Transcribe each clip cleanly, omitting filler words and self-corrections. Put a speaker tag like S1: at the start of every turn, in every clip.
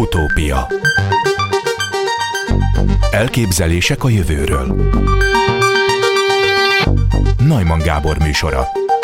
S1: Utópia. Elképzelések a jövőről. Neumann Gábor műsora.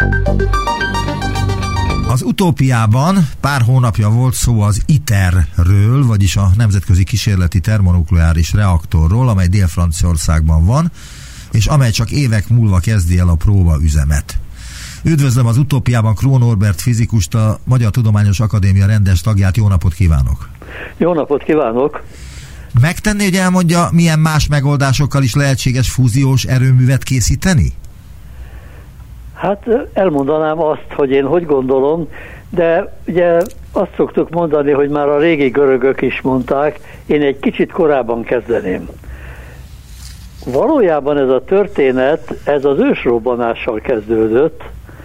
S2: Az Utópiában pár hónapja volt szó az ITER-ről, vagyis a Nemzetközi Kísérleti Termonukleáris Reaktorról, amely Dél-Franciaországban van, és amely csak évek múlva kezdi el a próbaüzemet. Üdvözlöm az Utópiában Krón Norbert fizikust, a Magyar Tudományos Akadémia rendes tagját. Jó napot kívánok!
S3: Jó napot kívánok!
S2: Megtenné, hogy elmondja, milyen más megoldásokkal is lehetséges fúziós erőművet készíteni?
S3: Hát elmondanám azt, hogy én hogy gondolom, de ugye azt szoktuk mondani, hogy már a régi görögök is mondták, én egy kicsit korábban kezdeném. Valójában ez a történet, ez az ősrobbanással kezdődött,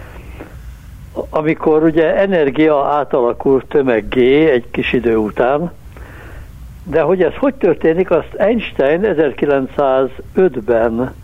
S3: amikor ugye energia átalakult tömeggé egy kis idő után, de hogy ez hogy történik, azt Einstein 1905-ben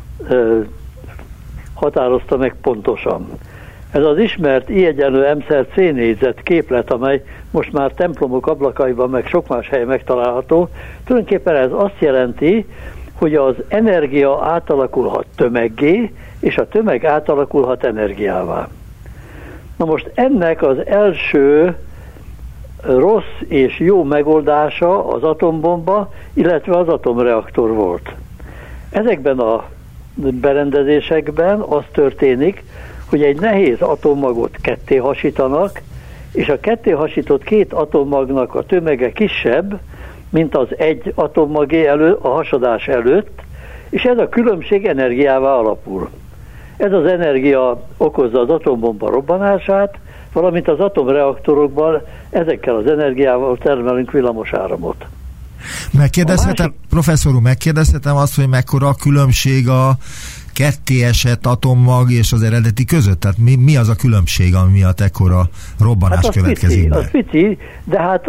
S3: határozta meg pontosan. Ez az ismert I=MC négyzet képlet, amely most már templomok ablakaiban, meg sok más helyen megtalálható, tulajdonképpen ez azt jelenti, hogy az energia átalakulhat tömeggé, és a tömeg átalakulhat energiává. Na most ennek az első rossz és jó megoldása az atombomba, illetve az atomreaktor volt. Ezekben a berendezésekben az történik, hogy egy nehéz atommagot ketté hasítanak, és a ketté hasított két atommagnak a tömege kisebb, mint az egy atommagé a hasadás előtt, és ez a különbség energiává alapul. Ez az energia okozza az atombomba robbanását, valamint az atomreaktorokban ezekkel az energiával termelünk villamosáramot.
S2: Megkérdezhetem, professzor úr, megkérdezhetem azt, hogy mekkora a különbség a ketté esett atommag és az eredeti között? Tehát mi az a különbség, ami miatt ekkora robbanás következik be?
S3: Az pici, de hát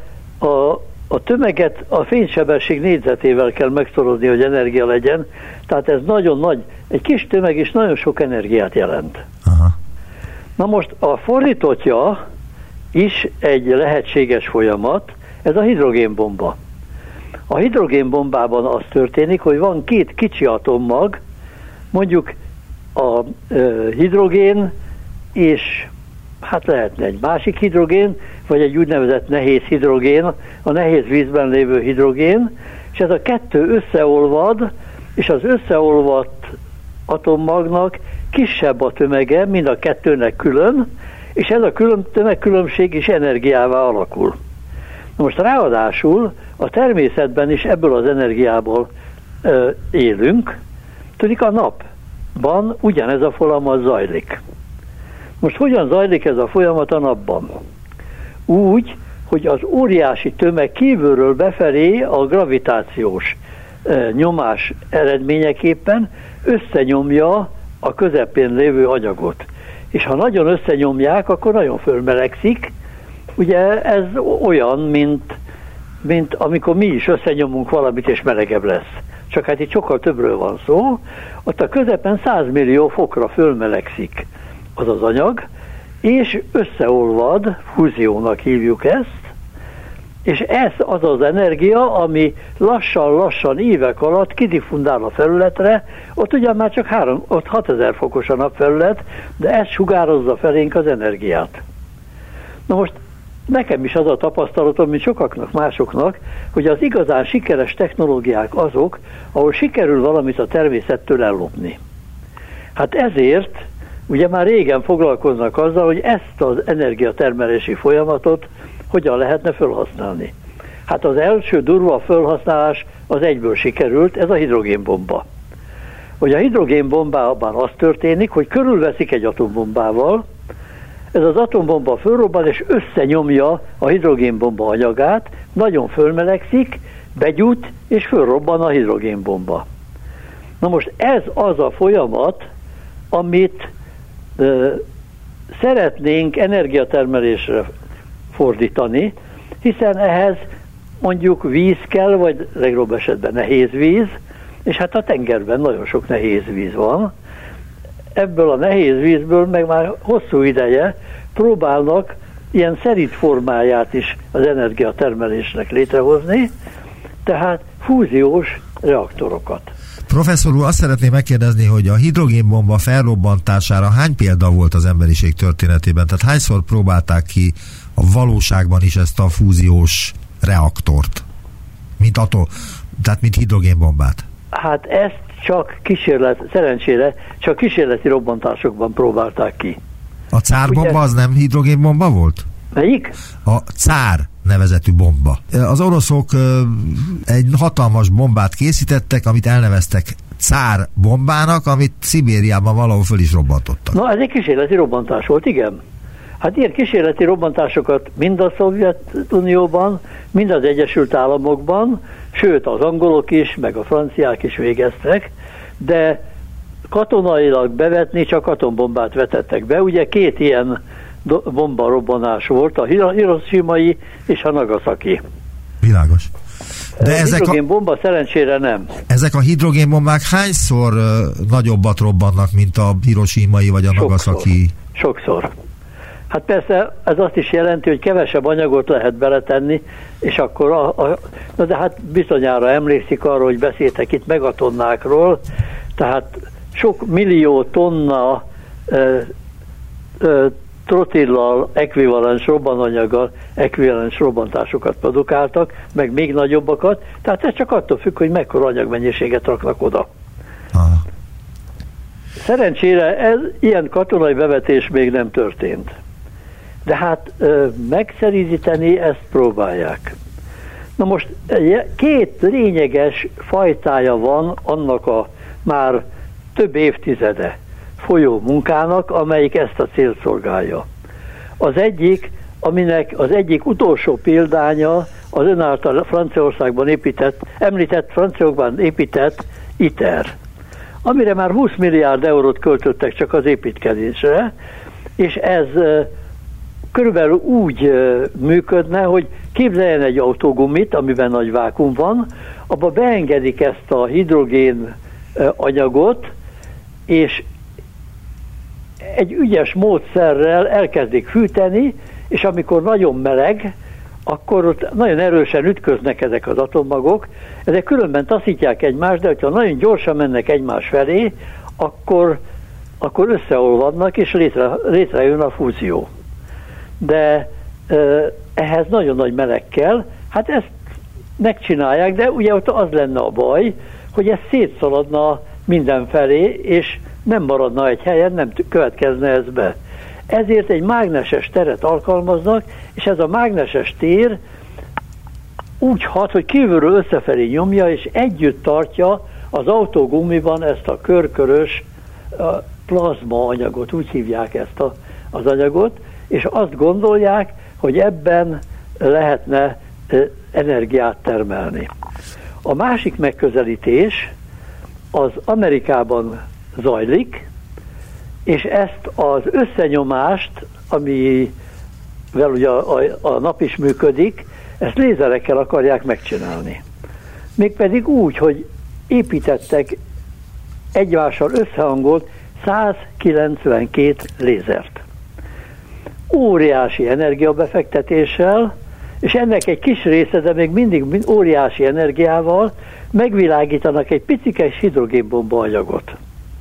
S3: a tömeget a fénysebesség négyzetével kell megszorozni, hogy energia legyen, tehát ez nagyon nagy, egy kis tömeg is nagyon sok energiát jelent.
S2: Aha.
S3: Na most a fordítottja is egy lehetséges folyamat, ez a hidrogénbomba. A hidrogénbombában az történik, hogy van két kicsi atommag, mondjuk a hidrogén, és hát lehetne egy másik hidrogén, vagy egy úgynevezett nehéz hidrogén, a nehéz vízben lévő hidrogén, és ez a kettő összeolvad, és az összeolvadt atommagnak kisebb a tömege, mint a kettőnek külön, és ez a tömegkülönbség is energiává alakul. Na most ráadásul a természetben is ebből az energiából élünk, tudjuk, a napban ugyanez a folyamat zajlik. Most hogyan zajlik ez a folyamat a napban? Úgy, hogy az óriási tömeg kívülről befelé a gravitációs nyomás eredményeképpen összenyomja a közepén lévő anyagot. És ha nagyon összenyomják, akkor nagyon fölmelegszik. Ugye ez olyan, mint amikor mi is összenyomunk valamit, és melegebb lesz. Csak hát itt sokkal többről van szó. Ott a közepen 100 millió fokra fölmelegszik az az anyag, és összeolvad, fúziónak hívjuk ezt, és ez az az energia, ami lassan-lassan évek alatt kidifundál a felületre, ott ugyan már csak 6000 fokos a napfelület, de ez sugározza felénk az energiát. Na most nekem is az a tapasztalatom, mint sokaknak másoknak, hogy az igazán sikeres technológiák azok, ahol sikerül valamit a természettől ellopni. Hát ezért ugye már régen foglalkoznak azzal, hogy ezt az energiatermelési folyamatot hogyan lehetne felhasználni. Hát az első durva felhasználás az egyből sikerült, ez a hidrogénbomba. Hogy a hidrogénbombában az történik, hogy körülveszik egy atombombával, ez az atombomba fölrobban és összenyomja a hidrogénbomba anyagát, nagyon fölmelegszik, begyújt és fölrobban a hidrogénbomba. Na most ez az a folyamat, amit szeretnénk energiatermelésre fordítani, hiszen ehhez mondjuk víz kell, vagy legrobb esetben nehéz víz, és hát a tengerben nagyon sok nehéz víz van. Ebből a nehéz vízből meg már hosszú ideje próbálnak ilyen szerint formáját is az energiatermelésnek létrehozni, tehát fúziós reaktorokat.
S2: Professzor úr, azt szeretném megkérdezni, hogy a hidrogénbomba felrobbantására hány példa volt az emberiség történetében? Tehát hányszor próbálták ki a valóságban is ezt a fúziós reaktort? Tehát mint hidrogénbombát?
S3: Hát ezt csak szerencsére csak kísérleti robbantásokban próbálták ki.
S2: A cárbomba az nem hidrogénbomba volt?
S3: Melyik?
S2: A cár nevezetű bomba. Az oroszok egy hatalmas bombát készítettek, amit elneveztek cár bombának, amit Szibériában valahol föl is robbantottak.
S3: Na, ez egy kísérleti robbantás volt, igen. Hát ilyen kísérleti robbantásokat mind a Szovjetunióban, mind az Egyesült Államokban, sőt az angolok is, meg a franciák is végeztek, de katonailag bevetni csak atombombát vetettek be. Ugye 2 ilyen bomba robbanás volt, a Hiroshimai és a Nagasaki.
S2: Világos. De
S3: a hidrogénbomba szerencsére nem.
S2: Ezek a hidrogénbombák hányszor nagyobbat robbannak, mint a Hiroshimai vagy a Nagasaki?
S3: Sokszor. Hát persze ez azt is jelenti, hogy kevesebb anyagot lehet beletenni, és akkor na de hát bizonyára emlékszik arra, hogy beszéltek itt megatonnákról, tehát sok millió tonna trotillal ekvivalens robbananyaggal ekvivalens robbantásokat produkáltak, meg még nagyobbakat, tehát ez csak attól függ, hogy mekkora anyagmennyiséget raknak oda. Aha. Szerencsére ilyen katonai bevetés még nem történt. De hát megszerűzíteni ezt próbálják. Na most 2 lényeges fajtája van annak a már több évtizede folyó munkának, amelyik ezt a célt szolgálja. Az egyik, aminek az egyik utolsó példánya az ön által említett Franciaországban épített ITER, amire már 20 milliárd eurót költöttek csak az építkezésre, és ez körülbelül úgy működne, hogy képzeljen egy autógumit, amiben nagy vákuum van, abba beengedik ezt a hidrogén anyagot, és egy ügyes módszerrel elkezdik fűteni, és amikor nagyon meleg, akkor ott nagyon erősen ütköznek ezek az atommagok, ezek különben taszítják egymást, de hogyha nagyon gyorsan mennek egymás felé, akkor összeolvadnak, és létrejön a fúzió. De ehhez nagyon nagy meleg kell, hát ezt megcsinálják, de ugye ott az lenne a baj, hogy ez szétszaladna mindenfelé, és nem maradna egy helyen, nem következne ez be. Ezért egy mágneses teret alkalmaznak, és ez a mágneses tér úgy hat, hogy kívülről összefelé nyomja, és együtt tartja az autógumiban ezt a körkörös plazma anyagot, úgy hívják ezt az anyagot, és azt gondolják, hogy ebben lehetne energiát termelni. A másik megközelítés az Amerikában zajlik, és ezt az összenyomást, amivel ugye a nap is működik, ezt lézerekkel akarják megcsinálni. Mégpedig úgy, hogy építettek egymással összehangolt 192 lézert. Óriási energiabefektetéssel, és ennek egy kis része, de még mindig óriási energiával megvilágítanak egy picikes hidrogénbomba anyagot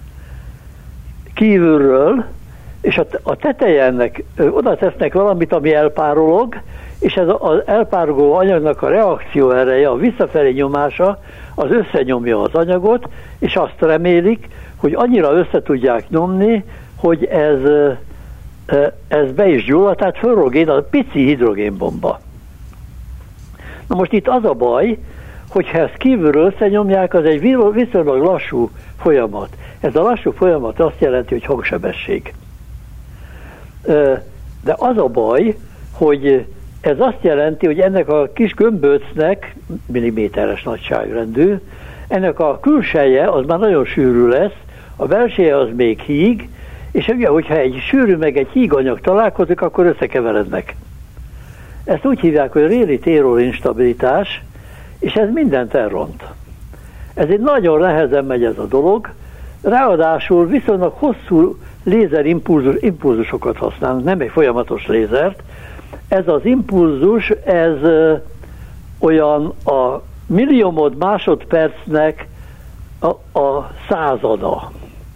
S3: kívülről, és a tetejennek oda tesznek valamit, ami elpárolog, és ez az elpárolgó anyagnak a reakció ereje, a visszafelé nyomása, az összenyomja az anyagot, és azt remélik, hogy annyira össze tudják nyomni, hogy ez be is gyullad, tehát fölrogén a pici hidrogénbomba. Na most itt az a baj, hogyha ezt kívülről összenyomják, az egy viszonylag lassú folyamat. Ez a lassú folyamat azt jelenti, hogy hangsebesség. De az a baj, hogy ez azt jelenti, hogy ennek a kis gömböcnek, milliméteres nagyságrendű, ennek a külseje az már nagyon sűrű lesz, a belseje az még híg, és ugye, hogyha egy sűrű meg egy híganyag találkozik, akkor összekeverednek. Ezt úgy hívják, hogy Rayleigh-Taylor instabilitás, és ez mindent elront. Ez egy nagyon nehezen megy ez a dolog, ráadásul viszonylag hosszú lézerimpulzusokat használnak, nem egy folyamatos lézert, Ez az impulzus, ez olyan a milliómod másodpercnek a százada.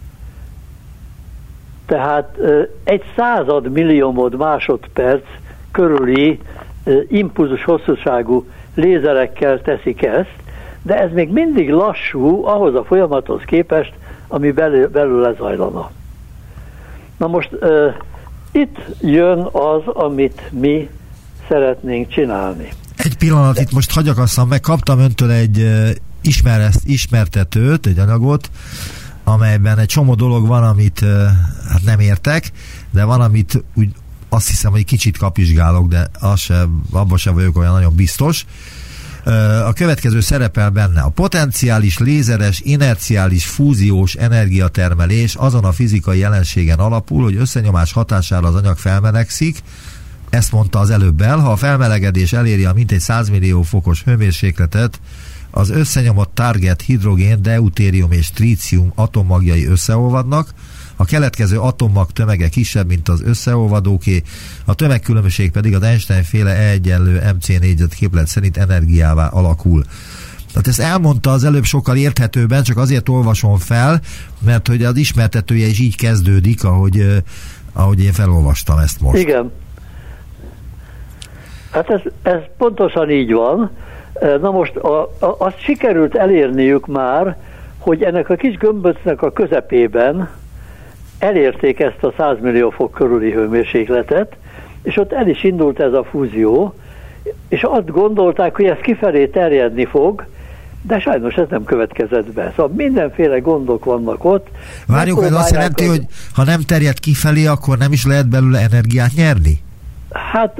S3: Tehát egy 100 milliómod másodperc körüli impulzus hosszúságú lézerekkel teszik ezt, de ez még mindig lassú ahhoz a folyamathoz képest, ami belül lezajlana. Na most itt jön az, amit mi szeretnénk csinálni.
S2: Egy pillanat, itt most hagyakasszam meg, kaptam öntől egy ismertetőt, egy anyagot, amelyben egy csomó dolog van, amit hát nem értek, de van, amit úgy azt hiszem, hogy kicsit kapizsgálok, de abban sem vagyok olyan nagyon biztos. A következő szerepel benne: a potenciális lézeres, inerciális, fúziós energiatermelés azon a fizikai jelenségen alapul, hogy összenyomás hatására az anyag felmelegszik. Ezt mondta az előbb el, ha a felmelegedés eléri a mintegy 100 millió fokos hőmérsékletet, az összenyomott target hidrogén, deutérium és trícium atommagjai összeolvadnak, a keletkező atommag tömege kisebb, mint az összeolvadóké, a tömegkülönbség pedig az Einstein-féle E=mc² képlet szerint energiává alakul. Tehát ezt elmondta az előbb sokkal érthetőbben, csak azért olvasom fel, mert hogy az ismertetője is így kezdődik, ahogy én felolvastam ezt most.
S3: Igen. Hát ez pontosan így van. Na most azt sikerült elérniük már, hogy ennek a kis gömböcnek a közepében elérték ezt a 100 millió fok körüli hőmérsékletet, és ott el is indult ez a fúzió, és azt gondolták, hogy ez kifelé terjedni fog, de sajnos ez nem következett be. Szóval mindenféle gondok vannak ott.
S2: Várjuk, ez azt jelenti, hogy ha nem terjed kifelé, akkor nem is lehet belőle energiát nyerni?
S3: Hát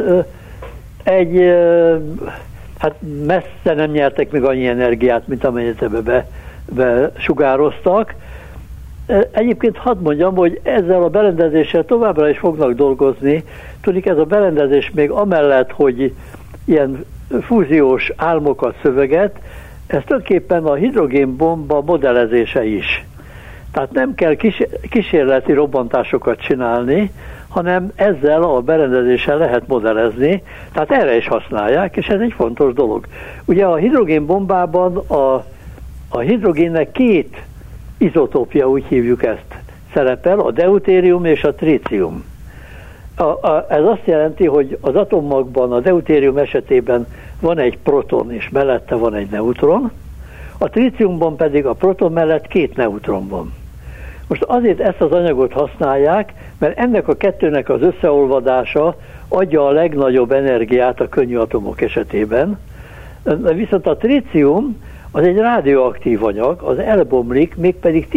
S3: hát messze nem nyertek még annyi energiát, mint amennyit ebbe besugároztak. Egyébként hadd mondjam, hogy ezzel a berendezéssel továbbra is fognak dolgozni. Tudjuk, ez a berendezés még amellett, hogy ilyen fúziós álmokat szöveget, ez tulajdonképpen a hidrogénbomba modellezése is. Tehát nem kell kísérleti robbantásokat csinálni, hanem ezzel a berendezéssel lehet modellezni, tehát erre is használják, és ez egy fontos dolog. Ugye a hidrogénbombában a hidrogénnek két izotópja, úgy hívjuk ezt, szerepel, a deutérium és a trícium. Ez azt jelenti, hogy az atommagban a deutérium esetében van egy proton, és mellette van egy neutron, a tríciumban pedig a proton mellett két neutron van. Most azért ezt az anyagot használják, mert ennek a kettőnek az összeolvadása adja a legnagyobb energiát a könnyű atomok esetében, viszont a trícium az egy radioaktív anyag, az elbomlik, mégpedig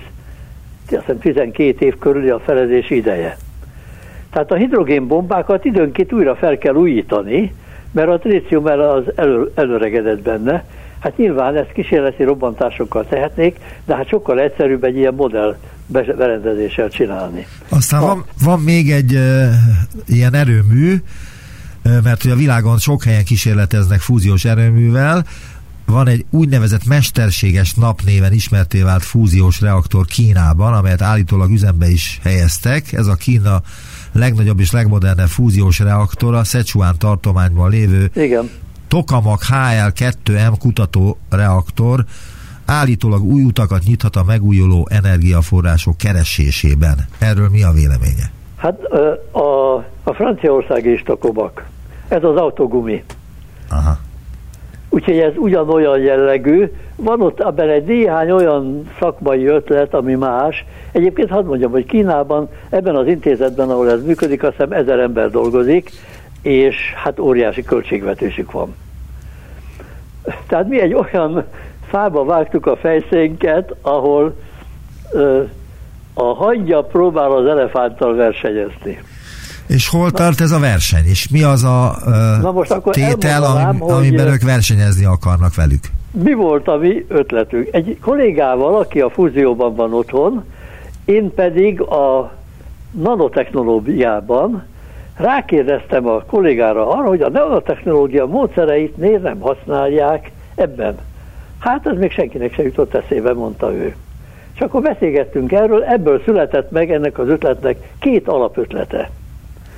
S3: 12 év körüli a felezés ideje. Tehát a hidrogénbombákat időnként újra fel kell újítani, mert a trícium az előregedett benne. Hát nyilván ezt kísérleti robbantásokkal tehetnék, de hát sokkal egyszerűbb egy ilyen modell berendezéssel csinálni.
S2: Aztán van még egy ilyen erőmű, mert hogy a világon sok helyen kísérleteznek fúziós erőművel. Van egy úgynevezett mesterséges napnéven ismertté vált fúziós reaktor Kínában, amelyet állítólag üzembe is helyeztek. Ez a Kína legnagyobb és legmodernebb fúziós reaktor, a Szechuan tartományban lévő Tokamak HL2M kutató reaktor állítólag új utakat nyithat a megújuló energiaforrások keresésében. Erről mi a véleménye? Hát
S3: a franciaországi is Tokamak. Ez az autógumi.
S2: Aha.
S3: Úgyhogy ez ugyanolyan jellegű. Van ott abban egy néhány olyan szakmai ötlet, ami más. Egyébként hadd mondjam, hogy Kínában, ebben az intézetben, ahol ez működik, azt hiszem 1000 ember dolgozik, és hát óriási költségvetésük van. Tehát mi egy olyan fába vágtuk a fejszénket, ahol a hangya próbál az elefánttal versenyezni.
S2: És hol tart ez a verseny? És mi az a tétel, amiben ők versenyezni akarnak velük?
S3: Mi volt a mi ötletünk? Egy kollégával, aki a fúzióban van otthon, én pedig a nanotechnológiában rákérdeztem a kollégára arra, hogy a nanotechnológia módszereit miért nem használják ebben. Hát ez még senkinek se jutott eszébe, mondta ő. És akkor beszélgettünk erről, ebből született meg ennek az ötletnek két alapötlete.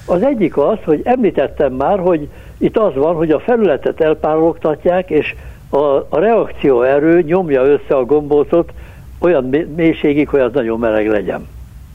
S3: Az egyik az, hogy említettem már, hogy itt az van, hogy a felületet elpárologtatják, és a reakcióerő nyomja össze a gombócot olyan mélységig, hogy az nagyon meleg legyen.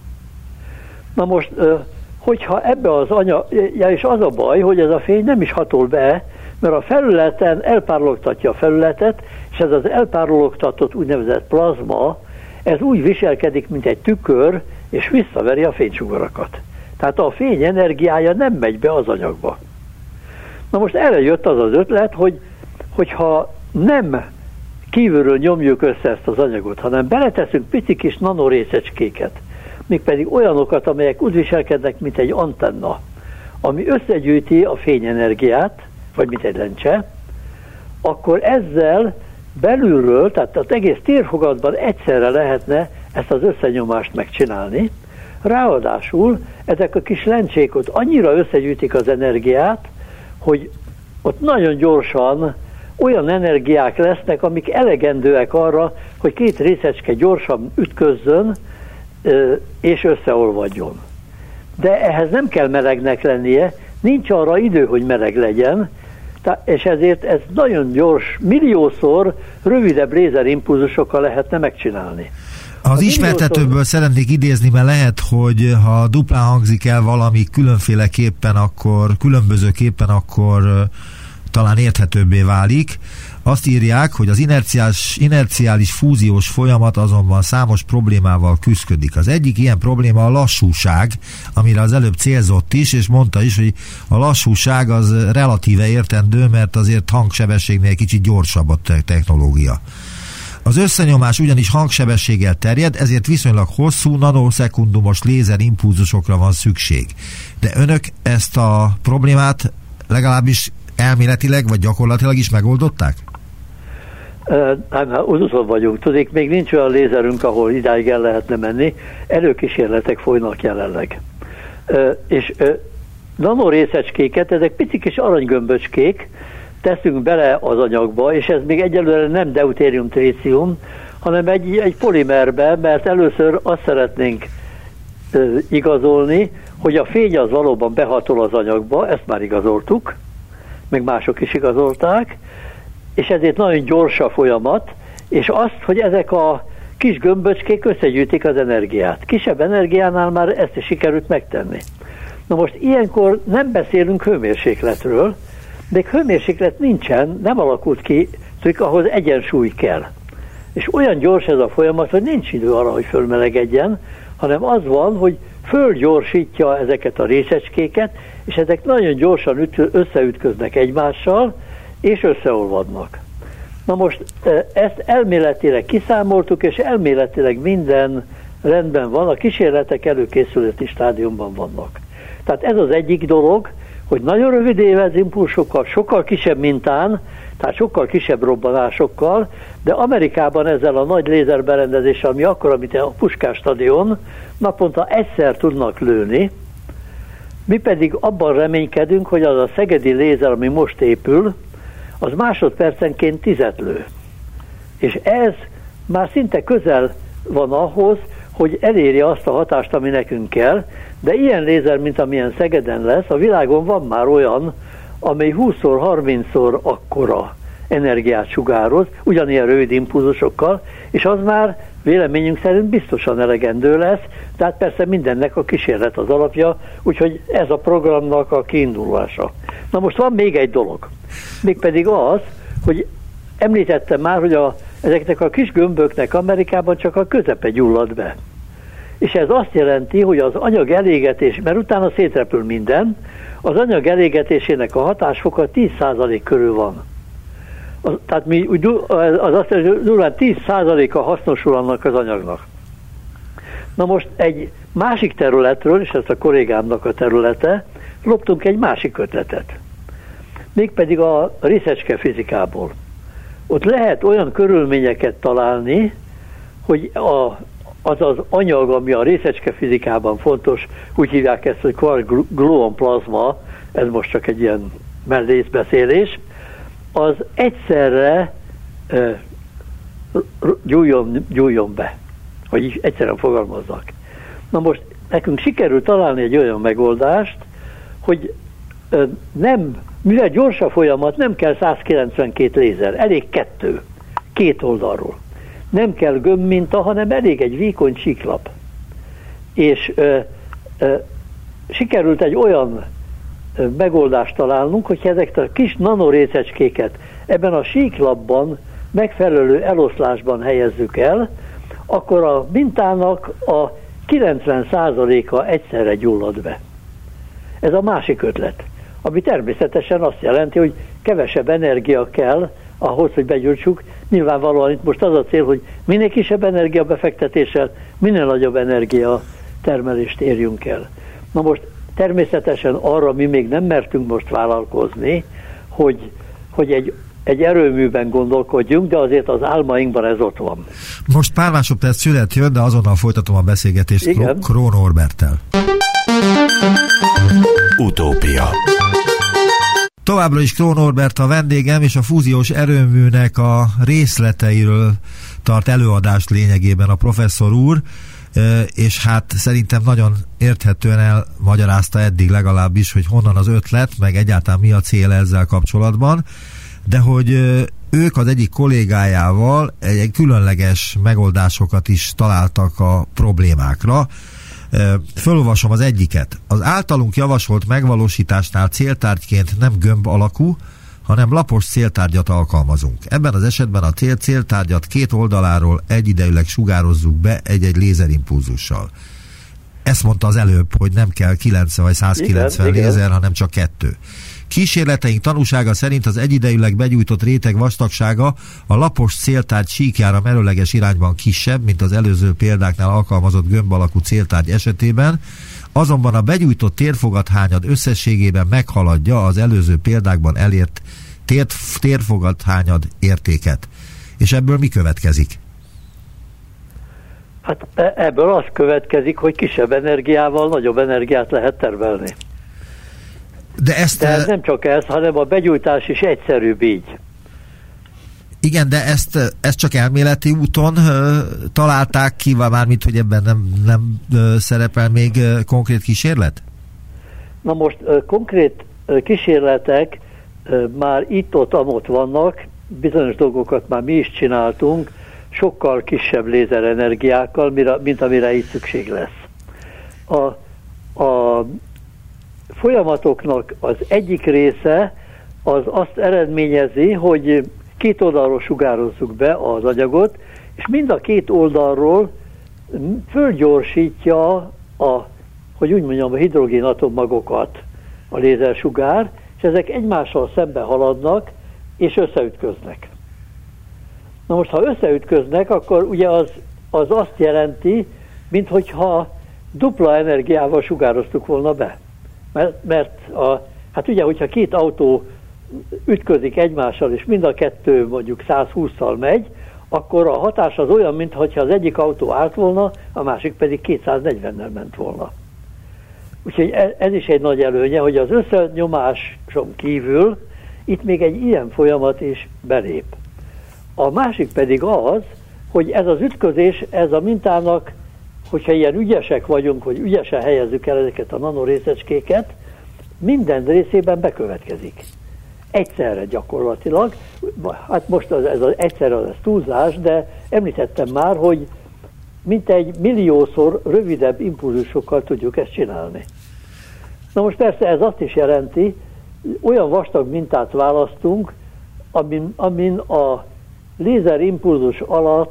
S3: Na most, hogyha ebbe az és az a baj, hogy ez a fény nem is hatol be, mert a felületen elpárologtatja a felületet, és ez az elpárologtatott úgynevezett plazma, ez úgy viselkedik, mint egy tükör, és visszaveri a fénysugarakat. Tehát a fény energiája nem megy be az anyagba. Na most erre jött az az ötlet, hogyha nem kívülről nyomjuk össze ezt az anyagot, hanem beleteszünk pici kis nanorészecskéket, mégpedig olyanokat, amelyek úgy viselkednek, mint egy antenna, ami összegyűjti a fényenergiát, vagy mint egy lencse, akkor ezzel belülről, tehát az egész térfogatban egyszerre lehetne ezt az összenyomást megcsinálni. Ráadásul ezek a kis lencsék ott annyira összegyűjtik az energiát, hogy ott nagyon gyorsan olyan energiák lesznek, amik elegendőek arra, hogy két részecske gyorsan ütközzön és összeolvadjon. De ehhez nem kell melegnek lennie, nincs arra idő, hogy meleg legyen, és ezért ez nagyon gyors, milliószor rövidebb lézerimpulzusokkal lehetne megcsinálni.
S2: Az ismertetőből szeretnék idézni, mert lehet, hogy ha duplán hangzik el valami különbözőképpen, akkor talán érthetőbbé válik. Azt írják, hogy az inerciális fúziós folyamat azonban számos problémával küszködik. Az egyik ilyen probléma a lassúság, amire az előbb célzott is, és mondta is, hogy a lassúság az relatíve értendő, mert azért hangsebességnél kicsit gyorsabb a technológia. Az összenyomás ugyanis hangsebességgel terjed, ezért viszonylag hosszú nanoszekundumos lézerimpulzusokra van szükség. De önök ezt a problémát legalábbis elméletileg vagy gyakorlatilag is megoldották?
S3: Úton vagyunk. Tudnék, még nincs olyan lézerünk, ahol idáig el lehetne menni. Előkísérletek folynak jelenleg. És nanorészecskéket, ezek pici kis aranygömböcskék, teszünk bele az anyagba, és ez még egyelőre nem deutérium-trícium, hanem egy polimerbe, mert először azt szeretnénk igazolni, hogy a fény az valóban behatol az anyagba, ezt már igazoltuk, meg mások is igazolták, és ezért nagyon gyors a folyamat, és azt, hogy ezek a kis gömböcskék összegyűjtik az energiát. Kisebb energiánál már ezt is sikerült megtenni. Na most ilyenkor nem beszélünk hőmérsékletről, még hőmérséklet nincsen, nem alakult ki, szóval ahhoz egyensúly kell. És olyan gyors ez a folyamat, hogy nincs idő arra, hogy fölmelegedjen, hanem az van, hogy fölgyorsítja ezeket a részecskéket, és ezek nagyon gyorsan összeütköznek egymással, és összeolvadnak. Na most ezt elméletileg kiszámoltuk, és elméletileg minden rendben van, a kísérletek előkészületi stádiumban vannak. Tehát ez az egyik dolog, hogy nagyon rövid évezimpulzusokkal, sokkal kisebb mintán, tehát sokkal kisebb robbanásokkal, de Amerikában ezzel a nagy lézerberendezéssel, ami akkora, mint a Puskás stadion, naponta egyszer tudnak lőni. Mi pedig abban reménykedünk, hogy az a szegedi lézer, ami most épül, az másodpercenként 10 lő. És ez már szinte közel van ahhoz, hogy elérje azt a hatást, ami nekünk kell, de ilyen lézer, mint amilyen Szegeden lesz, a világon van már olyan, amely 20-szor, 30-szor akkora energiát sugároz, ugyanilyen rövid impulzusokkal, és az már véleményünk szerint biztosan elegendő lesz, tehát persze mindennek a kísérlet az alapja, úgyhogy ez a programnak a kiindulása. Na most van még egy dolog, mégpedig az, hogy említettem már, hogy ezeknek a kis gömböknek Amerikában csak a közepe gyullad be. És ez azt jelenti, hogy az anyag elégetés, mert utána szétrepül minden, az anyag elégetésének a hatásfoka 10% körül van. Tehát az azt jelenti, hogy durván 10%-a hasznosul annak az anyagnak. Na most egy másik területről, és ez a kollégámnak a területe, loptunk egy másik ötletet. Mégpedig a részecske fizikából. Ott lehet olyan körülményeket találni, hogy az az anyag, ami a részecske fizikában fontos, úgy hívják ezt, hogy quark-gluon plazma, ez most csak egy ilyen mellészbeszélés, az egyszerre gyújjon be, hogy így egyszerűen fogalmazzak. Na most nekünk sikerült találni egy olyan megoldást, hogy mivel gyors a folyamat, nem kell 192 lézer, elég 2, két oldalról. Nem kell gömbminta, hanem elég egy vékony síklap. És sikerült egy olyan megoldást találnunk, hogy ezeket a kis nanorészecskéket ebben a síklapban megfelelő eloszlásban helyezzük el, akkor a mintának a 90%-a egyszerre gyullad be. Ez a másik ötlet, ami természetesen azt jelenti, hogy kevesebb energia kell ahhoz, hogy begyújtsuk. Nyilvánvalóan itt most az a cél, hogy minél kisebb energiabefektetéssel, minél nagyobb energia termelést érjünk el. Na most természetesen arra mi még nem mertünk most vállalkozni, hogy egy erőműben gondolkodjunk, de azért az álmainkban ez ott van.
S2: Most pár másodperc szünet jön, de azonnal folytatom a beszélgetést Krón Norberttel.
S1: Utópia.
S2: Továbbra is Krón Norbert a vendégem, és a fúziós erőműnek a részleteiről tart előadást lényegében a professzor úr, és hát szerintem nagyon érthetően elmagyarázta eddig legalábbis, hogy honnan az ötlet, meg egyáltalán mi a cél ezzel kapcsolatban, de hogy ők az egyik kollégájával egy különleges megoldásokat is találtak a problémákra. Fölolvasom az egyiket. Az általunk javasolt megvalósításnál céltárgyként nem gömb alakú, hanem lapos céltárgyat alkalmazunk. Ebben az esetben a céltárgyat két oldaláról egyidejűleg sugározzuk be egy-egy lézerimpulzussal. Ezt mondta az előbb, hogy nem kell 90 vagy 190 lézer, hanem csak 2. Kísérleteink tanúsága szerint az egyidejűleg begyújtott réteg vastagsága a lapos céltárgy síkjára merőleges irányban kisebb, mint az előző példáknál alkalmazott gömb alakú céltárgy esetében, azonban a begyújtott térfogathányad összességében meghaladja az előző példákban elért térfogathányad értéket. És ebből mi következik?
S3: Hát ebből az következik, hogy kisebb energiával nagyobb energiát lehet termelni. De ez nem csak ez, hanem a begyújtás is egyszerűbb így.
S2: Igen, de ezt csak elméleti úton találták ki, mármint, hogy ebben nem szerepel még konkrét kísérlet?
S3: Na most konkrét kísérletek már itt-ott vannak, bizonyos dolgokat már mi is csináltunk, sokkal kisebb lézerenergiákkal, mint amire itt szükség lesz. A folyamatoknak az egyik része az azt eredményezi, hogy két oldalról sugározzuk be az anyagot, és mind a két oldalról fölgyorsítja hogy úgy mondjam, a hidrogénatommagokat a lézersugár, és ezek egymással szembe haladnak, és összeütköznek. Na most, ha összeütköznek, akkor ugye az azt jelenti, minthogyha dupla energiával sugároztuk volna be. Mert hát ugye, hogyha két autó ütközik egymással, és mind a kettő mondjuk 120-szal megy, akkor a hatás az olyan, mintha az egyik autó állt volna, a másik pedig 240-nel ment volna. Úgyhogy ez is egy nagy előnye, hogy az összenyomáson kívül itt még egy ilyen folyamat is belép. A másik pedig az, hogy ez az ütközés, ez a mintának, hogyha ilyen ügyesek vagyunk, hogy ügyesen helyezzük el ezeket a nanorészecskéket, minden részében bekövetkezik. Egyszerre gyakorlatilag. Hát most ez az egyszerre az túlzás, de említettem már, hogy mintegy milliószor rövidebb impulzusokkal tudjuk ezt csinálni. Na most persze ez azt is jelenti, olyan vastag mintát választunk, amin a lézerimpulzus alatt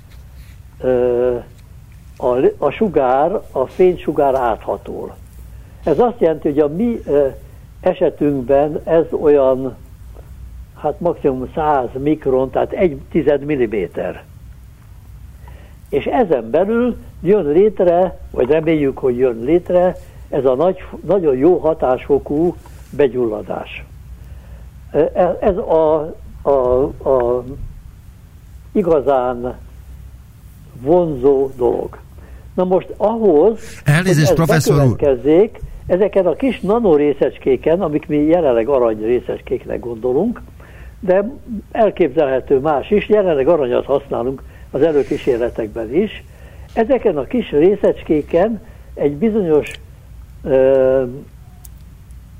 S3: a sugár, a fénysugár áthatol. Ez azt jelenti, hogy a mi esetünkben ez olyan, hát maximum 100 mikron, tehát 1/10 milliméter. És ezen belül jön létre, vagy reméljük, hogy jön létre, ez a nagyon jó hatásfokú begyulladás. Ez a igazán vonzó dolog. Na most ahhoz,
S2: elnézést,
S3: hogy ez
S2: professzor úr,
S3: ezeken a kis nanorészecskéken, amik mi jelenleg aranyrészecskéknek gondolunk, de elképzelhető más is, jelenleg aranyat használunk az előkísérletekben is, ezeken a kis részecskéken egy bizonyos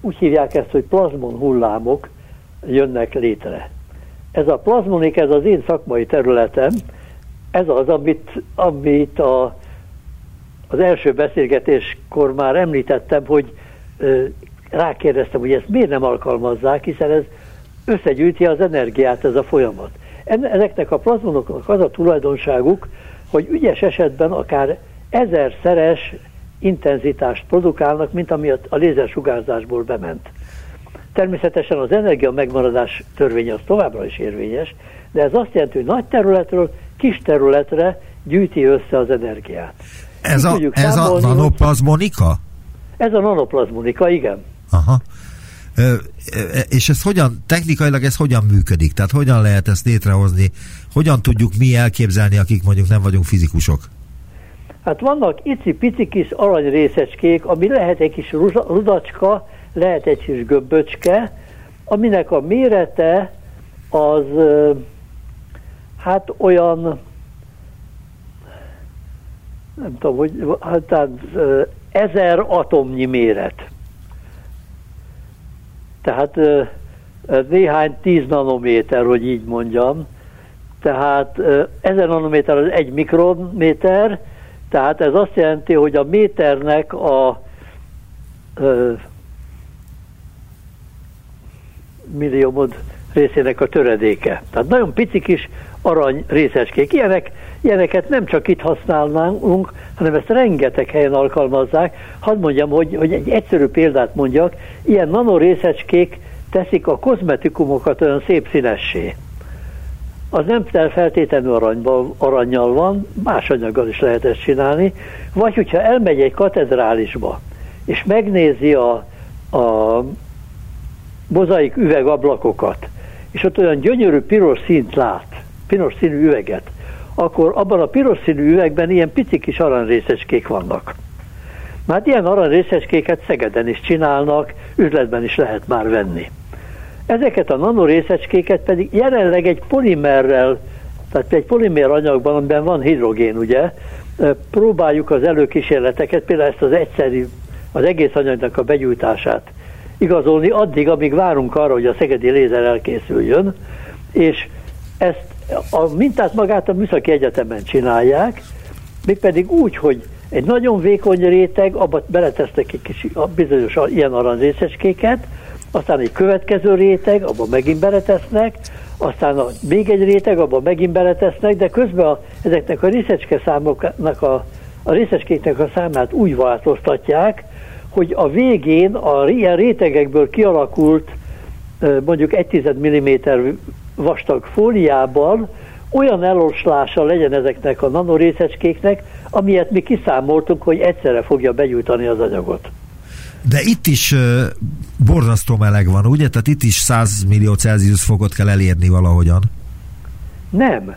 S3: úgy hívják ezt, hogy plazmon hullámok jönnek létre. Ez a plazmonik, ez az én szakmai területem, ez az, amit az első beszélgetéskor már említettem, hogy rákérdeztem, hogy ezt miért nem alkalmazzák, hiszen ez összegyűjti az energiát, ez a folyamat. Ezeknek a plazmonoknak az a tulajdonságuk, hogy ügyes esetben akár 1000-szeres intenzitást produkálnak, mint ami a lézersugárzásból bement. Természetesen az energia megmaradás törvénye az továbbra is érvényes, de ez azt jelenti, hogy nagy területről kis területre gyűjti össze az energiát.
S2: Ez a nanoplazmonika?
S3: Ez a nanoplazmonika, igen.
S2: Aha. És ez technikailag ez hogyan működik? Tehát hogyan lehet ezt létrehozni? Hogyan tudjuk mi elképzelni, akik mondjuk nem vagyunk fizikusok?
S3: Hát vannak icipici kis aranyrészecskék, ami lehet egy kis rudacska, lehet egy kis gömböcske, aminek a mérete az hát olyan, nem tudom, hogy hát 1000 atomnyi méret. Tehát néhány 10 nanométer, hogy így mondjam. Tehát 1000 nanométer az 1 mikrométer, tehát ez azt jelenti, hogy a méternek a milliómod részének a töredéke. Tehát nagyon pici kis arany részecskék. Ilyeneket nem csak itt használnánk, hanem ezt rengeteg helyen alkalmazzák. Hadd mondjam, hogy egy egyszerű példát mondjak, ilyen nanorészecskék teszik a kozmetikumokat olyan szép színessé. Az nem feltétlenül arannyal van, más anyaggal is lehet ezt csinálni, vagy hogyha elmegy egy katedrálisba, és megnézi a mozaik üvegablakokat, és ott olyan gyönyörű piros színt lát, piros színű üveget, akkor abban a piros színű üvegben ilyen pici kis aranyrészecskék vannak. Már ilyen aranyrészecskéket Szegeden is csinálnak, üzletben is lehet már venni. Ezeket a nanorészecskéket pedig jelenleg egy polimerrel, tehát egy polimér anyagban, amiben van hidrogén, ugye, próbáljuk az előkísérleteket, például ezt az egész anyagnak a begyújtását igazolni addig, amíg várunk arra, hogy a szegedi lézer elkészüljön, és ezt a mintát magát a Műszaki Egyetemen csinálják, mégpedig úgy, hogy egy nagyon vékony réteg, abba beletesznek egy kis bizonyos ilyen aranyrészecskéket, aztán egy következő réteg, abban megint beletesznek, aztán még egy réteg, abban megint beletesznek, de közben ezeknek a részecske számoknak a részecskéknek a számát úgy változtatják, hogy a végén a ilyen rétegekből kialakult mondjuk 1,1 mm vastag fóliában olyan eloszlása legyen ezeknek a nanorészecskéknek, amilyet mi kiszámoltunk, hogy egyszerre fogja begyújtani az anyagot.
S2: De itt is borzasztó meleg van, ugye? Tehát itt is 100 millió Celsius fokot kell elérni valahogyan.
S3: Nem.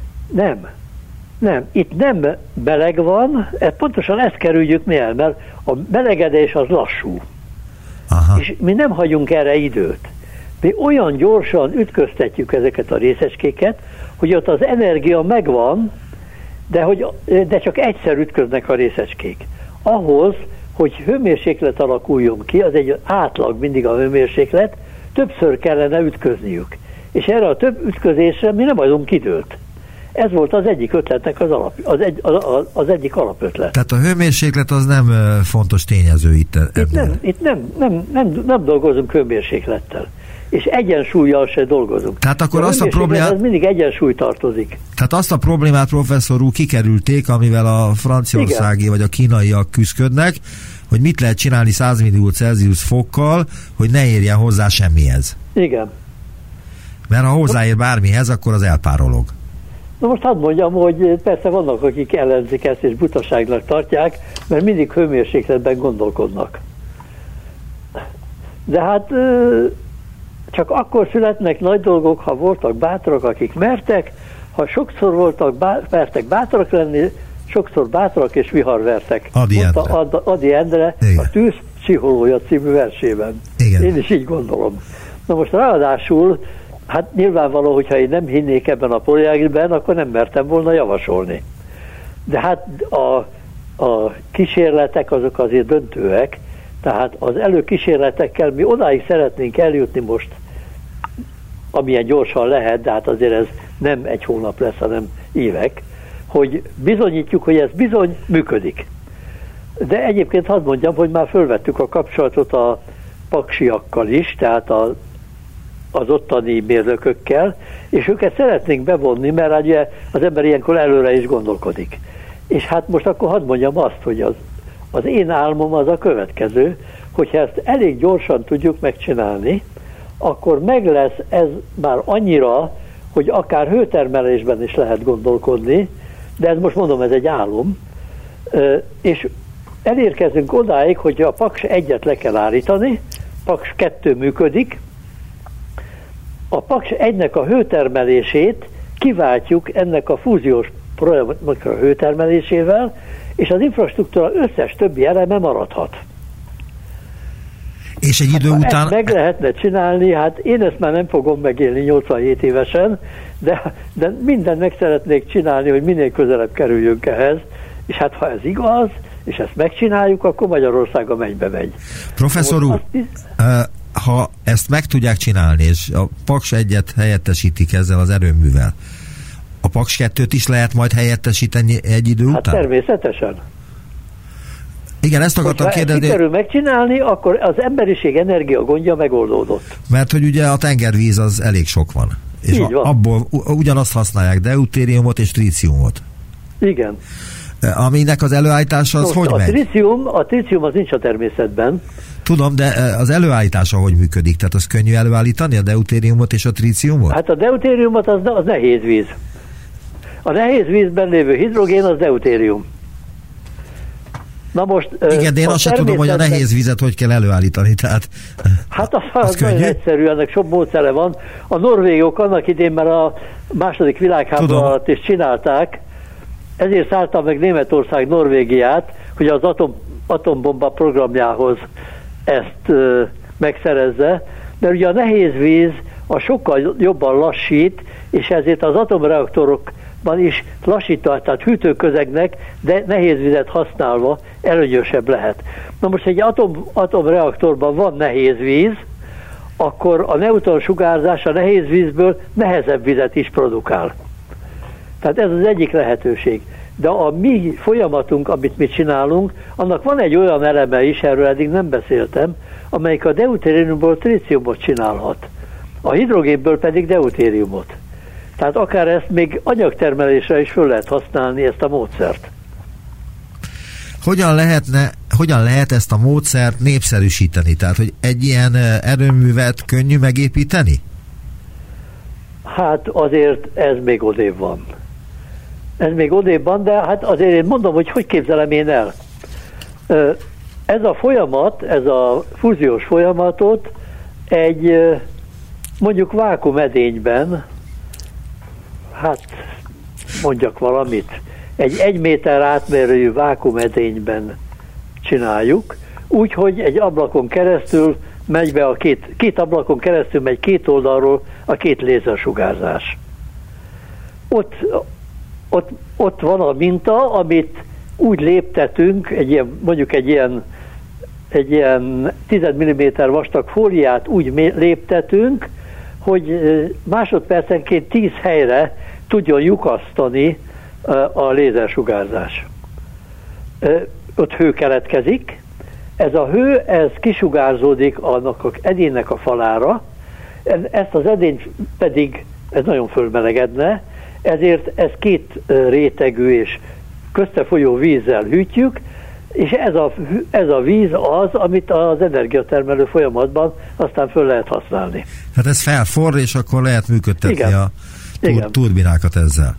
S3: Itt nem meleg van, pontosan ezt kerüljük mi el, mert a melegedés az lassú. Aha. És mi nem hagyunk erre időt. Mi olyan gyorsan ütköztetjük ezeket a részecskéket, hogy ott az energia megvan, de csak egyszer ütköznek a részecskék. Ahhoz, hogy hőmérséklet alakuljon ki, az egy átlag mindig a hőmérséklet, többször kellene ütközniük. És erre a több ütközésre mi nem adunk időt. Ez volt az egyik ötletnek az egyik alapötlet.
S2: Tehát a hőmérséklet az nem fontos tényező itt.
S3: Itt nem dolgozunk hőmérséklettel. És egyensúllyal se dolgozunk.
S2: Tehát akkor azt a problémát...
S3: Ez mindig egyensúly tartozik.
S2: Tehát azt a problémát, professzor úr, kikerülték, amivel a franciaországi vagy a kínaiak küzdködnek, hogy mit lehet csinálni 100 millió Celsius fokkal, hogy ne érjen hozzá semmihez.
S3: Igen.
S2: Mert ha hozzáér bármihez, akkor az elpárolog.
S3: Na most hadd mondjam, hogy persze vannak, akik ellenzik ezt és butaságnak tartják, mert mindig hőmérsékletben gondolkodnak. De hát csak akkor születnek nagy dolgok, ha voltak bátrak, akik mertek, ha sokszor mertek bátrak lenni, sokszor bátrak és viharvertek. Ady Endre a Tűz pszichológia című versében. Igen. Én is így gondolom. Na most ráadásul, hát nyilvánvaló, hogyha én nem hinnék ebben a projektben, akkor nem mertem volna javasolni. De hát a kísérletek azok azért döntőek, Tehát az előkísérletekkel mi odáig szeretnénk eljutni most, amilyen gyorsan lehet, de hát azért ez nem egy hónap lesz, hanem évek, hogy bizonyítjuk, hogy ez bizony működik. De egyébként hadd mondjam, hogy már fölvettük a kapcsolatot a paksiakkal is, tehát az ottani mérnökökkel, és őket szeretnénk bevonni, mert ugye az ember ilyenkor előre is gondolkodik. És hát most akkor hadd mondjam azt, hogy az én álmom az a következő, hogyha ezt elég gyorsan tudjuk megcsinálni, akkor meg lesz ez már annyira, hogy akár hőtermelésben is lehet gondolkodni, de ez most mondom, ez egy álom, és elérkezünk odáig, hogy a Paks 1-et le kell állítani, Paks 2 működik, a Paks 1-nek a hőtermelését kiváltjuk ennek a fúziós programnak a hőtermelésével, és az infrastruktúra összes többi eleme maradhat.
S2: És egy idő után...
S3: Ezt meg lehetne csinálni, hát én ezt már nem fogom megélni 87 évesen, de mindent meg szeretnék csinálni, hogy minél közelebb kerüljünk ehhez, és hát ha ez igaz, és ezt megcsináljuk, akkor Magyarország a mennybe megy.
S2: Professzor úr, ha ezt meg tudják csinálni, és a Paks 1-et helyettesítik ezzel az erőművel, a Paks 2-t is lehet majd helyettesíteni egy idő után?
S3: Hát természetesen.
S2: Igen, ezt akartam kérdezni. Ha
S3: sikerül megcsinálni, akkor az emberiség energia gondja megoldódott.
S2: Mert hogy ugye a tengervíz az elég sok van. És abból ugyanazt használják, deutériumot és tríciumot.
S3: Igen.
S2: Aminek az előállítása az hogy megy?
S3: A trícium az nincs a természetben.
S2: Tudom, de az előállítása hogy működik? Tehát az könnyű előállítani, a deutériumot és a tríciumot?
S3: Hát a deutériumot az nehéz víz. A nehéz vízben lévő hidrogén az deutérium. Na most,
S2: igen, de én azt sem tudom, hogy a nehéz vizet hogy kell előállítani, tehát...
S3: Hát az nagyon egyszerű, ennek sok módszere van. A norvégok annak idén már a II. Világháború alatt is csinálták, ezért szállta meg Németország Norvégiát, hogy az atombomba programjához ezt megszerezze, mert ugye a nehéz víz a sokkal jobban lassít, és ezért az atomreaktorokban is lassítva, tehát hűtőközegnek, de nehéz vizet használva előnyösebb lehet. Na most egy atomreaktorban van nehéz víz, akkor a neutron sugárzás a nehéz vízből nehezebb vizet is produkál. Tehát ez az egyik lehetőség. De a mi folyamatunk, amit mi csinálunk, annak van egy olyan eleme is, erről eddig nem beszéltem, amelyik a deutériumból tríciumot csinálhat. A hidrogénből pedig deutériumot. Tehát akár ezt még anyagtermelésre is föl lehet használni, ezt a módszert.
S2: Hogyan lehet ezt a módszert népszerűsíteni? Tehát, hogy egy ilyen erőművet könnyű megépíteni?
S3: Hát azért ez még odébb van. De hát azért én mondom, hogy képzelem én el. Ez a folyamat, ez a fúziós folyamatot egy mondjuk vákuumedényben, hát mondjak valamit, egy 1 méter átmérőjű vákuumedényben csináljuk, úgyhogy egy ablakon keresztül megy be két ablakon keresztül megy két oldalról a két lézersugárzás. Ott van a minta, amit úgy léptetünk, mondjuk egy ilyen 10 mm vastag fóliát úgy léptetünk, hogy másodpercenként 10 helyre tudjon lyukasztani a lézersugárzás. Ott hő keletkezik, ez a hő, ez kisugárzódik annak az edénynek a falára, ezt az edényt pedig, ez nagyon fölmelegedne, ezért ez 2 rétegű és közte folyó vízzel hűtjük, és ez a víz az, amit az energiatermelő folyamatban aztán föl lehet használni.
S2: Hát ez felforr, és akkor lehet működtetni a turbinákat ezzel.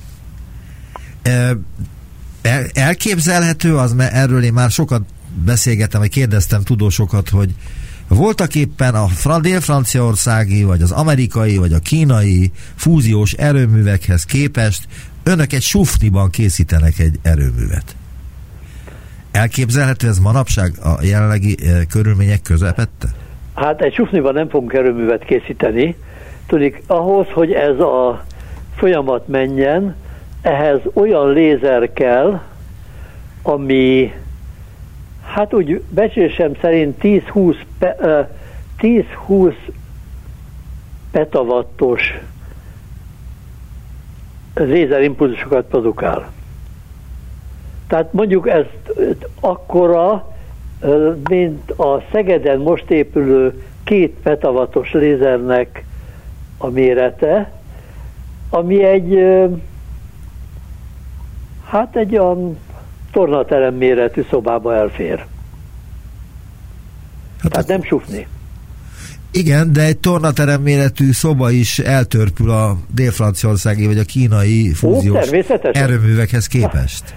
S2: Elképzelhető az, mert erről én már sokat beszélgettem, vagy kérdeztem tudósokat, hogy voltak éppen a dél-franciaországi, vagy az amerikai, vagy a kínai fúziós erőművekhez képest önök egy sufniban készítenek egy erőművet. Elképzelhető ez manapság a jelenlegi körülmények közepette?
S3: Hát egy sufniban nem fogunk erőművet készíteni. Tudik, ahhoz, hogy ez a folyamat menjen, ehhez olyan lézer kell, ami Hát úgy becslésem szerint 10-20 petawattos lézerimpulzusokat produkál. Tehát mondjuk ez akkora, mint a Szegeden most épülő 2 petawattos lézernek a mérete, ami egy olyan tornaterem méretű szobába elfér. Tehát nem sufni.
S2: Igen, de egy tornaterem méretű szoba is eltörpül a dél-franciaországi vagy a kínai fúziós erőművekhez képest.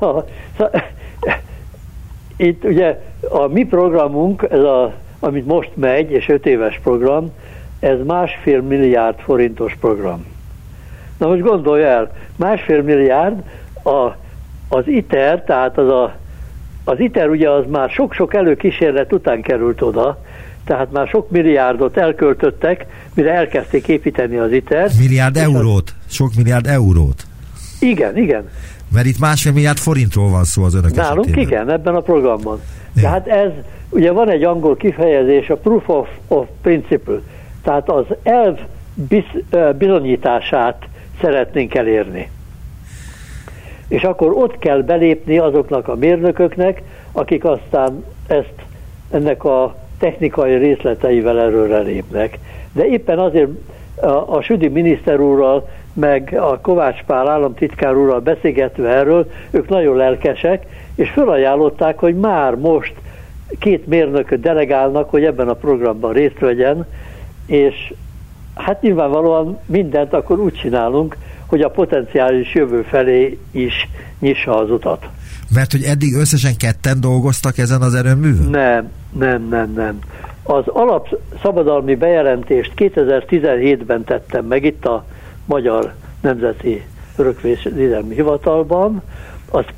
S3: Itt ugye a mi programunk, amit most megy, és 5 éves program, ez 1,5 milliárd forintos program. Na most gondolj el, 1,5 milliárd az ITER, tehát az ITER ugye az már sok-sok előkísérlet után került oda, tehát már sok milliárdot elköltöttek, mire elkezdték építeni az ITER.
S2: Sok milliárd eurót.
S3: Igen.
S2: Mert itt 1,5 milliárd forintról van szó az önök
S3: nálunk
S2: esetében.
S3: Igen, ebben a programban. Tehát ez, ugye van egy angol kifejezés, a proof of principle, tehát az elv bizonyítását szeretnénk elérni. És akkor ott kell belépni azoknak a mérnököknek, akik aztán ennek a technikai részleteivel erőre lépnek. De éppen azért a Südi miniszter úrral, meg a Kovács Pál államtitkár úrral beszélgetve erről, ők nagyon lelkesek, és felajánlották, hogy már most 2 mérnököt delegálnak, hogy ebben a programban részt vegyen, és hát nyilvánvalóan mindent akkor úgy csinálunk, hogy a potenciális jövő felé is nyissa az utat.
S2: Mert hogy eddig összesen 2 dolgoztak ezen az erőművön?
S3: Nem. Az alapszabadalmi bejelentést 2017-ben tettem meg itt a Magyar Nemzeti Örökvédelmi Hivatalban, azt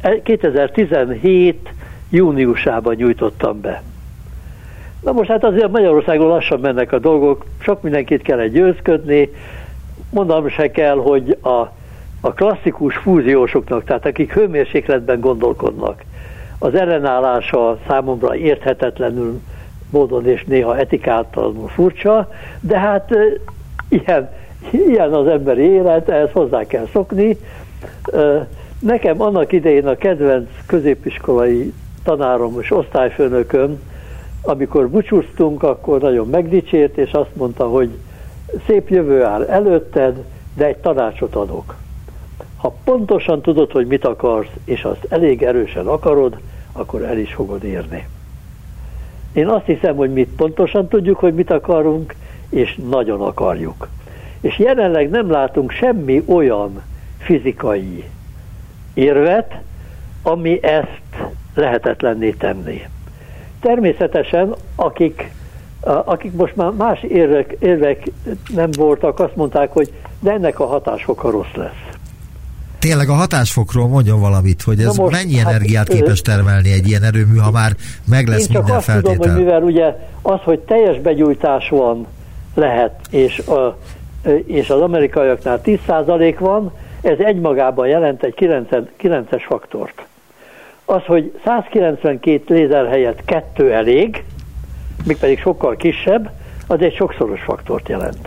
S3: 2017 júniusában nyújtottam be. Na most hát azért Magyarországon lassan mennek a dolgok, sok mindenkit kell győzködni, mondanom se kell, hogy a klasszikus fúziósoknak, tehát akik hőmérsékletben gondolkodnak, az ellenállása számomra érthetetlenül módon és néha etikáltalanul furcsa, de hát ilyen az emberi élet, ehhez hozzá kell szokni. Nekem annak idején a kedvenc középiskolai tanárom és osztályfőnököm, amikor búcsúztunk, akkor nagyon megdicsért, és azt mondta, hogy szép jövő áll előtted, de egy tanácsot adok. Ha pontosan tudod, hogy mit akarsz, és azt elég erősen akarod, akkor el is fogod érni. Én azt hiszem, hogy mi pontosan tudjuk, hogy mit akarunk, és nagyon akarjuk. És jelenleg nem látunk semmi olyan fizikai érvet, ami ezt lehetetlenné tenné. Természetesen, akik most már más érvek nem voltak, azt mondták, hogy de ennek a hatásfoka rossz lesz.
S2: Tényleg a hatásfokról mondjon valamit, hogy ez mennyi energiát képes termelni egy ilyen erőmű, ha már meg lesz minden feltétel? Én csak azt tudom,
S3: hogy mivel ugye az, hogy teljes begyújtás van, lehet, és az amerikaiaknál 10% van, ez egymagában jelent egy 9-es faktort. Az, hogy 192 lézer helyett 2 elég, mégpedig sokkal kisebb, az egy sokszoros faktort jelent.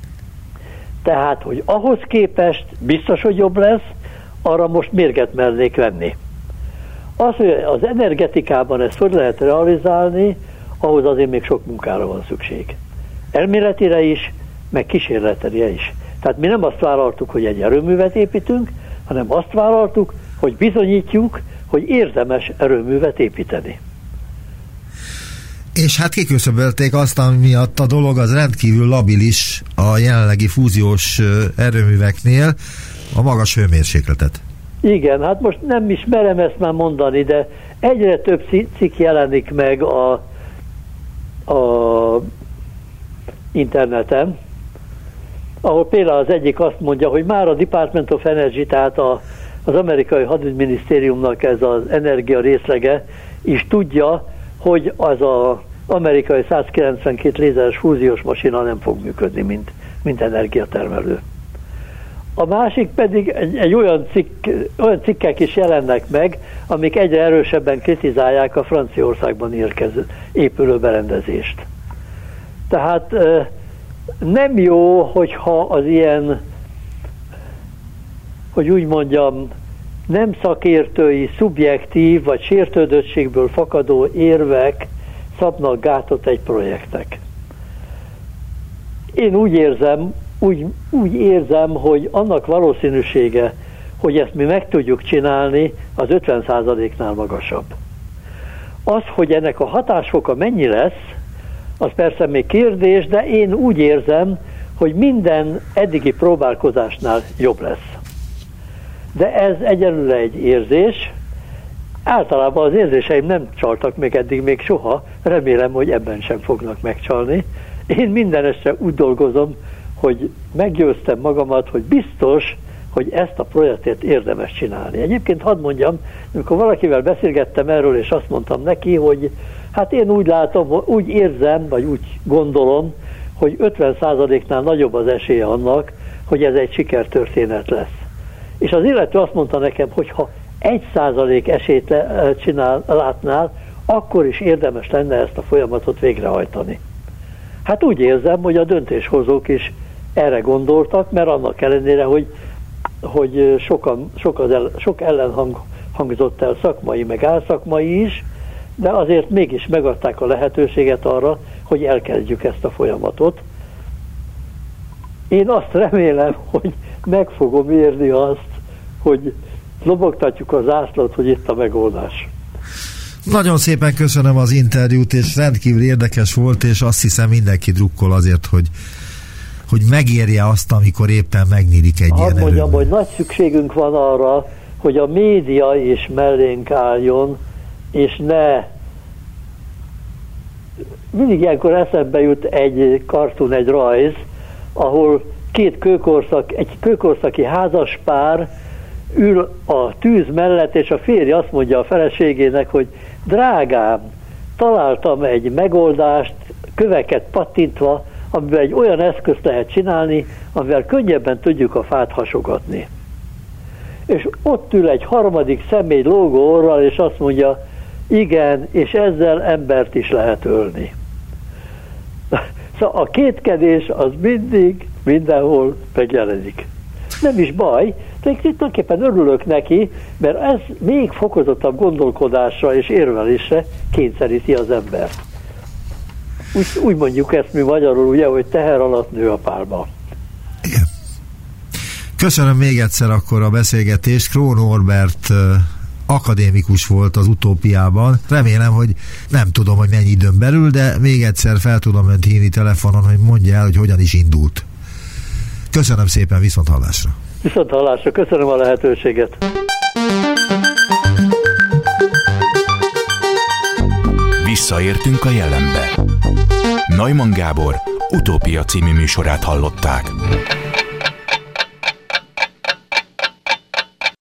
S3: Tehát, hogy ahhoz képest biztos, hogy jobb lesz, arra most mérget mernék venni. Az, hogy az energetikában ezt hogy lehet realizálni, ahhoz azért még sok munkára van szükség. Elméletire is, meg kísérletire is. Tehát mi nem azt vállaltuk, hogy egy erőművet építünk, hanem azt vállaltuk, hogy bizonyítjuk, hogy érdemes erőművet építeni.
S2: És hát kiküszöbölték azt, ami miatt a dolog az rendkívül labilis a jelenlegi fúziós erőműveknél, a magas hőmérsékletet.
S3: Igen, hát most nem is merem ezt már mondani, de egyre több cikk jelenik meg a interneten, ahol például az egyik azt mondja, hogy már a Department of Energy, tehát az amerikai hadügyminisztériumnak ez az energia részlege is tudja, hogy az az amerikai 192 lézeres fúziós masina nem fog működni, mint energiatermelő. A másik pedig egy olyan cikkek is jelennek meg, amik egyre erősebben kritizálják a Franciaországban épülő berendezést. Tehát nem jó, hogyha az ilyen, hogy úgy mondjam, nem szakértői, szubjektív vagy sértődöttségből fakadó érvek szabnak gátot egy projektnek. Én úgy érzem, hogy annak valószínűsége, hogy ezt mi meg tudjuk csinálni, az 50%-nál magasabb. Az, hogy ennek a hatásfoka mennyi lesz, az persze még kérdés, de én úgy érzem, hogy minden eddigi próbálkozásnál jobb lesz. De ez egyelőre egy érzés. Általában az érzéseim nem csaltak még eddig, még soha. Remélem, hogy ebben sem fognak megcsalni. Én minden este úgy dolgozom, hogy meggyőztem magamat, hogy biztos, hogy ezt a projektet érdemes csinálni. Egyébként hadd mondjam, amikor valakivel beszélgettem erről, és azt mondtam neki, hogy hát én úgy látom, úgy érzem, vagy úgy gondolom, hogy 50%-nál nagyobb az esélye annak, hogy ez egy sikertörténet lesz. És az illető azt mondta nekem, hogy ha 1% esélyt látnál, akkor is érdemes lenne ezt a folyamatot végrehajtani. Hát úgy érzem, hogy a döntéshozók is erre gondoltak, mert annak ellenére, hogy sok ellenhang hangzott el, szakmai meg álszakmai is, de azért mégis megadták a lehetőséget arra, hogy elkezdjük ezt a folyamatot. Én azt remélem, hogy meg fogom érni azt, hogy lobogtatjuk a zászlót, hogy itt a megoldás.
S2: Nagyon szépen köszönöm az interjút, és rendkívül érdekes volt, és azt hiszem mindenki drukkol azért, hogy megérje azt, amikor éppen megnyílik egy ilyen
S3: mondjam,
S2: erőmű.
S3: hogy nagy szükségünk van arra, hogy a média is mellénk álljon, és ne... Mindig ilyenkor eszembe jut egy kartun, egy rajz, ahol egy kőkorszaki házaspár ül a tűz mellett, és a férje azt mondja a feleségének, hogy drágám, találtam egy megoldást, köveket pattintva, amivel egy olyan eszközt lehet csinálni, amivel könnyebben tudjuk a fát hasogatni. És ott ül egy harmadik személy lógó orral, és azt mondja, igen, és ezzel embert is lehet ölni. Szóval a kétkedés az mindig, mindenhol megjelenik. Nem is baj, de tulajdonképpen örülök neki, mert ez még fokozottabb gondolkodásra és érvelésre kényszeríti az embert. Úgy mondjuk ezt mi magyarul, ugye, hogy teher alatt nő a pálma.
S2: Igen. Köszönöm még egyszer akkor a beszélgetést. Krón Norbert akadémikus volt az Utópiában. Remélem, hogy nem tudom, hogy mennyi időn belül, de még egyszer fel tudom önt hívni telefonon, hogy mondja el, hogy hogyan is indult. Köszönöm szépen, viszont hallásra.
S3: Viszont hallásra, köszönöm a lehetőséget.
S1: Visszaértünk a jelenbe. Neumann Gábor Utópia című műsorát hallották.